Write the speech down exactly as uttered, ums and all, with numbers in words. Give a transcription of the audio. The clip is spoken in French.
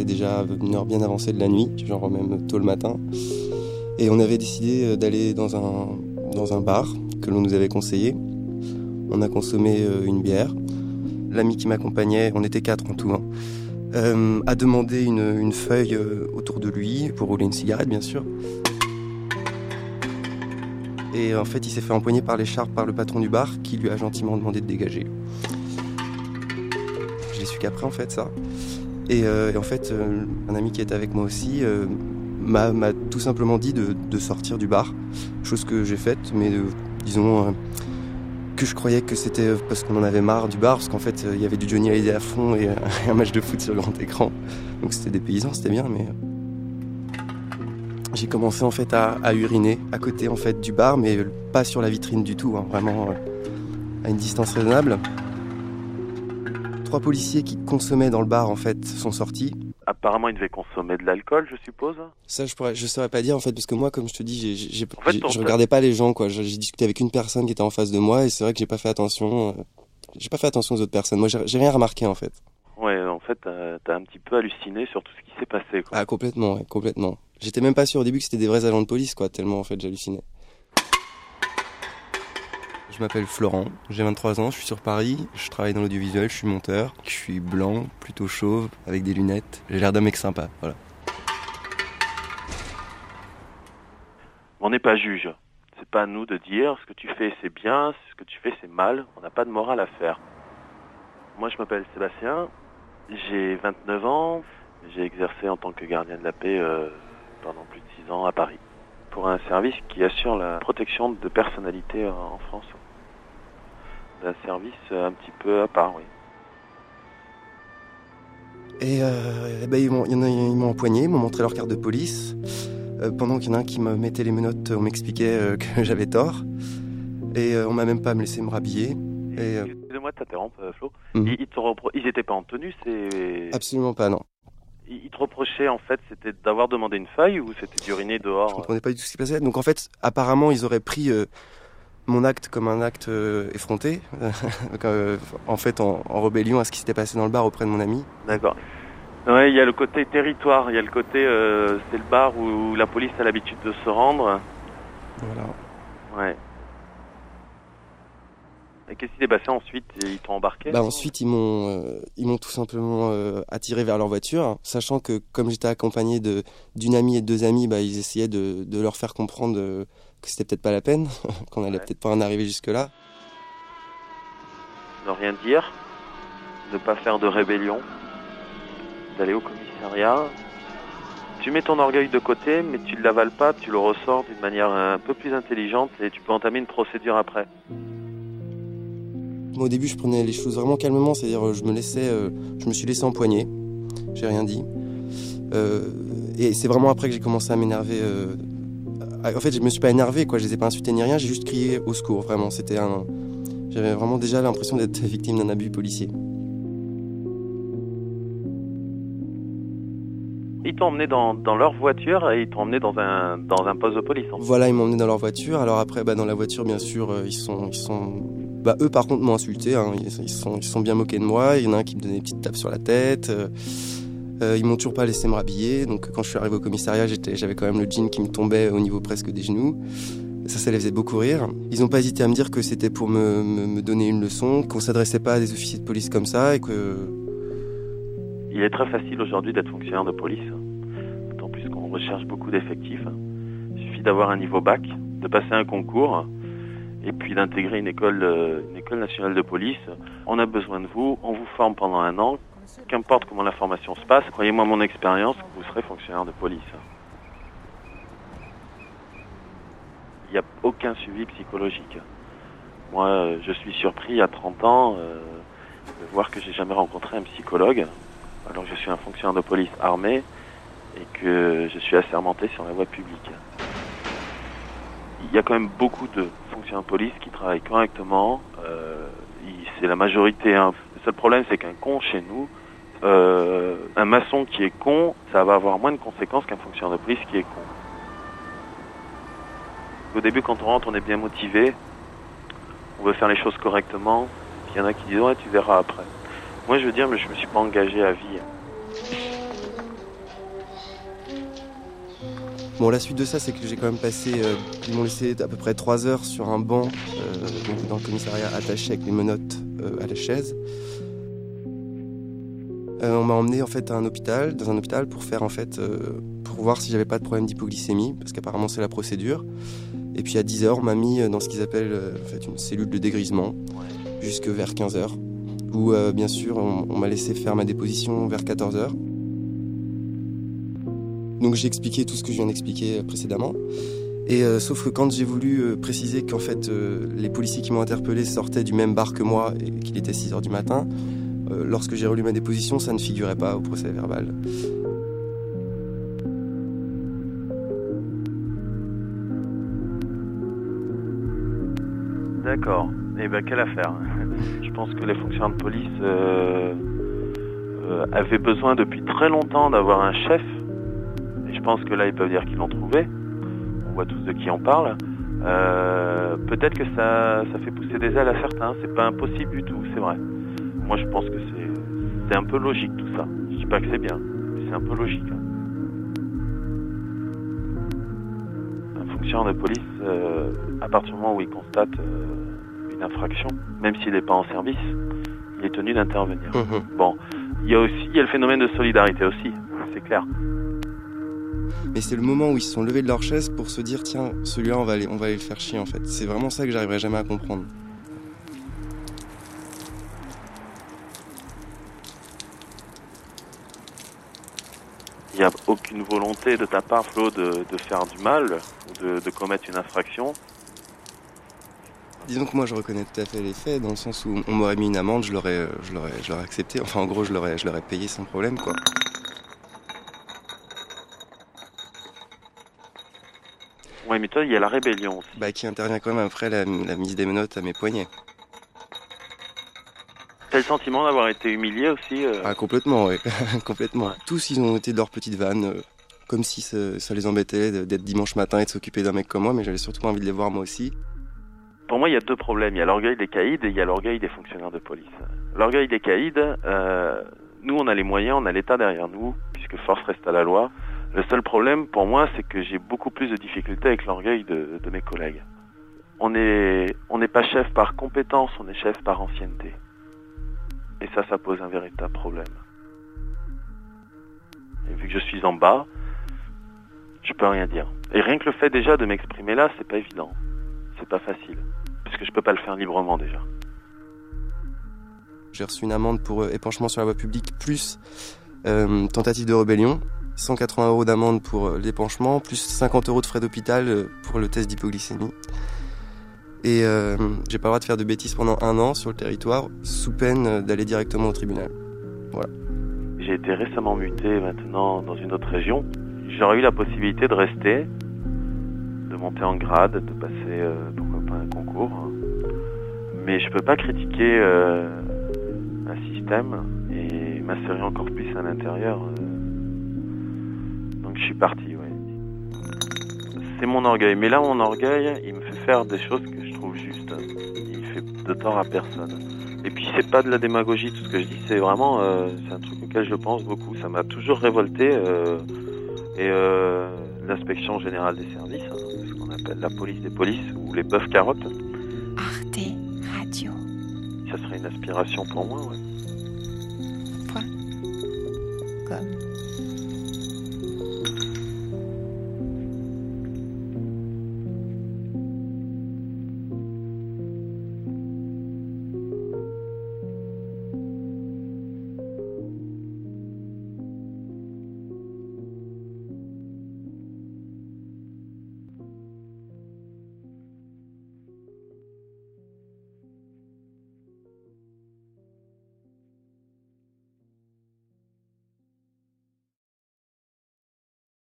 déjà une heure bien avancée de la nuit, genre même tôt le matin. Et on avait décidé d'aller dans un, dans un bar que l'on nous avait conseillé. On a consommé une bière. L'ami qui m'accompagnait, on était quatre en tout, hein, euh, a demandé une, une feuille autour de lui pour rouler une cigarette, bien sûr. Et en fait, il s'est fait empoigner par l'écharpe par le patron du bar qui lui a gentiment demandé de dégager. Je l'ai su qu'après, en fait, ça. Et, euh, et en fait, euh, un ami qui était avec moi aussi euh, m'a, m'a tout simplement dit de, de sortir du bar. Chose que j'ai faite, mais euh, disons... Euh, que je croyais que c'était parce qu'on en avait marre du bar, parce qu'en fait, il y avait du Johnny Hallyday à fond et un match de foot sur le grand écran. Donc c'était des paysans, c'était bien, mais... J'ai commencé en fait à, à uriner à côté en fait du bar, mais pas sur la vitrine du tout, hein, vraiment euh, à une distance raisonnable. Trois policiers qui consommaient dans le bar en fait sont sortis. Apparemment, ils devaient consommer de l'alcool, je suppose. Ça, je pourrais, je saurais pas dire en fait, parce que moi, comme je te dis, j'ai, j'ai, en fait, j'ai, je regardais pas les gens, quoi. J'ai, j'ai discuté avec une personne qui était en face de moi, et c'est vrai que j'ai pas fait attention. Euh, j'ai pas fait attention aux autres personnes. Moi, j'ai, j'ai rien remarqué en fait. Ouais, en fait, t'as, t'as un petit peu halluciné sur tout ce qui s'est passé, quoi. Ah, complètement, ouais, complètement. J'étais même pas sûr au début que c'était des vrais agents de police, quoi, tellement en fait j'hallucinais. Je m'appelle Florent, j'ai vingt-trois ans, je suis sur Paris, je travaille dans l'audiovisuel, je suis monteur, je suis blanc, plutôt chauve, avec des lunettes, j'ai l'air d'un mec sympa, voilà. On n'est pas juge, c'est pas à nous de dire ce que tu fais c'est bien, ce que tu fais c'est mal, on n'a pas de morale à faire. Moi je m'appelle Sébastien, j'ai vingt-neuf ans, j'ai exercé en tant que gardien de la paix euh, pendant plus de six ans à Paris, pour un service qui assure la protection de personnalités en France. Un service un petit peu à part, oui. Et euh, eh ben, ils, m'ont, il y en a, ils m'ont empoigné, ils m'ont montré leur carte de police. Euh, pendant qu'il y en a un qui me mettait les menottes, on m'expliquait euh, que j'avais tort. Et euh, on m'a même pas me laissé me rhabiller. Et, euh... Excusez-moi de t'interrompre, Flo. Mm-hmm. Ils, ils, te repro- ils étaient pas en tenue, c'est... Absolument pas, non. Ils, ils te reprochaient, en fait, c'était d'avoir demandé une feuille ou c'était d'uriner dehors? Je comprenais pas du tout ce qui passait. Donc en fait, apparemment, ils auraient pris... Euh, mon acte comme un acte euh, effronté, euh, en fait en, en rébellion à ce qui s'était passé dans le bar auprès de mon ami. D'accord. Ouais, il y a le côté territoire, il y a le côté, euh, c'est le bar où la police a l'habitude de se rendre. Voilà. Ouais. Et qu'est-ce qui s'est passé ensuite? Ils t'ont embarqué? Bah ensuite ils m'ont, euh, ils m'ont tout simplement euh, attiré vers leur voiture, sachant que comme j'étais accompagné de d'une amie et de deux amis, bah ils essayaient de, de leur faire comprendre euh, que c'était peut-être pas la peine, qu'on allait ouais. peut-être pas en arriver jusque là. Ne rien dire, ne pas faire de rébellion, d'aller au commissariat. Tu mets ton orgueil de côté, mais tu ne l'avales pas, tu le ressors d'une manière un peu plus intelligente et tu peux entamer une procédure après. Moi, au début, je prenais les choses vraiment calmement, c'est-à-dire je me laissais, euh, je me suis laissé empoigner, j'ai rien dit. Euh, et c'est vraiment après que j'ai commencé à m'énerver. Euh, en fait, je me suis pas énervé, quoi. Je les ai pas insultés ni rien, j'ai juste crié au secours, vraiment. C'était un, j'avais vraiment déjà l'impression d'être victime d'un abus policier. Ils t'ont emmené dans, dans leur voiture et ils t'ont emmené dans un, dans un poste de police. En fait. Voilà, ils m'ont emmené dans leur voiture. Alors après, bah, dans la voiture, bien sûr, euh, ils sont, ils sont, bah, eux par contre m'ont insulté. Hein. Ils, ils sont, ils sont bien moqués de moi. Il y en a un qui me donnait des petites tapes sur la tête. Euh, euh, ils m'ont toujours pas laissé me rhabiller. Donc quand je suis arrivé au commissariat, j'étais, j'avais quand même le jean qui me tombait au niveau presque des genoux. Ça, ça les faisait beaucoup rire. Ils n'ont pas hésité à me dire que c'était pour me, me, me donner une leçon, qu'on s'adressait pas à des officiers de police comme ça et que. Il est très facile aujourd'hui d'être fonctionnaire de police, d'autant plus qu'on recherche beaucoup d'effectifs. Il suffit d'avoir un niveau bac, de passer un concours et puis d'intégrer une école, une école nationale de police. On a besoin de vous, on vous forme pendant un an. Qu'importe comment la formation se passe, croyez-moi mon expérience, vous serez fonctionnaire de police. Il n'y a aucun suivi psychologique. Moi, je suis surpris à trente ans euh, de voir que j'ai jamais rencontré un psychologue, alors que je suis un fonctionnaire de police armé et que je suis assermenté sur la voie publique. Il y a quand même beaucoup de fonctionnaires de police qui travaillent correctement. Euh, c'est la majorité. Hein. Le seul problème, c'est qu'un con chez nous, euh, un maçon qui est con, ça va avoir moins de conséquences qu'un fonctionnaire de police qui est con. Au début, quand on rentre, on est bien motivé. On veut faire les choses correctement. Puis il y en a qui disent « Ouais, tu verras après ». Moi, je veux dire, mais je me suis pas engagé à vie. Bon, la suite de ça, c'est que j'ai quand même passé... Euh, ils m'ont laissé à peu près trois heures sur un banc euh, donc dans le commissariat, attaché avec les menottes euh, à la chaise. Euh, on m'a emmené en fait à un hôpital, dans un hôpital pour faire en fait... Euh, pour voir si j'avais pas de problème d'hypoglycémie, parce qu'apparemment c'est la procédure. Et puis à dix heures, on m'a mis dans ce qu'ils appellent euh, en fait, une cellule de dégrisement, jusque vers quinze heures. Où euh, bien sûr, on, on m'a laissé faire ma déposition vers quatorze heures. Donc j'ai expliqué tout ce que je viens d'expliquer précédemment. Et euh, sauf que quand j'ai voulu euh, préciser qu'en fait euh, les policiers qui m'ont interpellé sortaient du même bar que moi et qu'il était six heures du matin, euh, lorsque j'ai relu ma déposition, ça ne figurait pas au procès verbal. D'accord. Et ben quelle affaire. Je pense que les fonctionnaires de police euh, euh, avaient besoin depuis très longtemps d'avoir un chef. Et je pense que là, ils peuvent dire qu'ils l'ont trouvé. On voit tous de qui on parle. Euh, peut-être que ça, ça fait pousser des ailes à certains. C'est pas impossible du tout, c'est vrai. Moi, je pense que c'est, c'est un peu logique tout ça. Je dis pas que c'est bien, mais c'est un peu logique. Un fonctionnaire de police, euh, à partir du moment où il constate euh, une infraction, même s'il n'est pas en service, il est tenu d'intervenir. Mmh. Bon, il y a aussi, il y a le phénomène de solidarité aussi, c'est clair. Mais c'est le moment où ils se sont levés de leur chaise pour se dire tiens, celui-là on va aller, on va aller le faire chier en fait. C'est vraiment ça que j'arriverai jamais à comprendre. Il n'y a aucune volonté de ta part, Flo, de, de faire du mal ou de, de commettre une infraction. Disons que moi je reconnais tout à fait les faits, dans le sens où on m'aurait mis une amende, je l'aurais, je l'aurais, je l'aurais accepté. Enfin en gros je l'aurais, je l'aurais payé sans problème quoi. Oui, mais toi, il y a la rébellion aussi. Bah, qui intervient quand même après la, la mise des menottes à mes poignets. T'as le sentiment d'avoir été humilié aussi euh... Ah, complètement, oui. complètement. Ouais. Tous, ils ont été de leur petite vanne, euh, comme si ça, ça les embêtait d'être dimanche matin et de s'occuper d'un mec comme moi, mais j'avais surtout envie de les voir moi aussi. Pour moi, il y a deux problèmes. Il y a l'orgueil des caïds et il y a l'orgueil des fonctionnaires de police. L'orgueil des caïds, euh, nous, on a les moyens, on a l'État derrière nous, puisque force reste à la loi. Le seul problème pour moi, c'est que j'ai beaucoup plus de difficultés avec l'orgueil de, de mes collègues. On est, on n'est pas chef par compétence, on est chef par ancienneté. Et ça, ça pose un véritable problème. Et vu que je suis en bas, je peux rien dire. Et rien que le fait déjà de m'exprimer là, c'est pas évident. C'est pas facile. Parce que je peux pas le faire librement déjà. J'ai reçu une amende pour euh, épanchement sur la voie publique, plus euh, tentative de rébellion. cent quatre-vingts euros d'amende pour l'épanchement, plus cinquante euros de frais d'hôpital pour le test d'hypoglycémie. Et euh, j'ai pas le droit de faire de bêtises pendant un an sur le territoire, sous peine d'aller directement au tribunal. Voilà. J'ai été récemment muté maintenant dans une autre région. J'aurais eu la possibilité de rester, de monter en grade, de passer, euh, pourquoi pas, un concours. Mais je peux pas critiquer euh, un système et m'insérer encore plus à l'intérieur. Euh, Je suis parti, oui. C'est mon orgueil. Mais là, mon orgueil, il me fait faire des choses que je trouve justes. Il fait de tort à personne. Et puis, c'est pas de la démagogie, tout ce que je dis. C'est vraiment, euh, c'est un truc auquel je pense beaucoup. Ça m'a toujours révolté. Euh, et euh, l'inspection générale des services, hein, ce qu'on appelle la police des polices, ou les bœufs carottes. Arte Radio. Ça serait une aspiration pour moi, ouais. Point. Comme.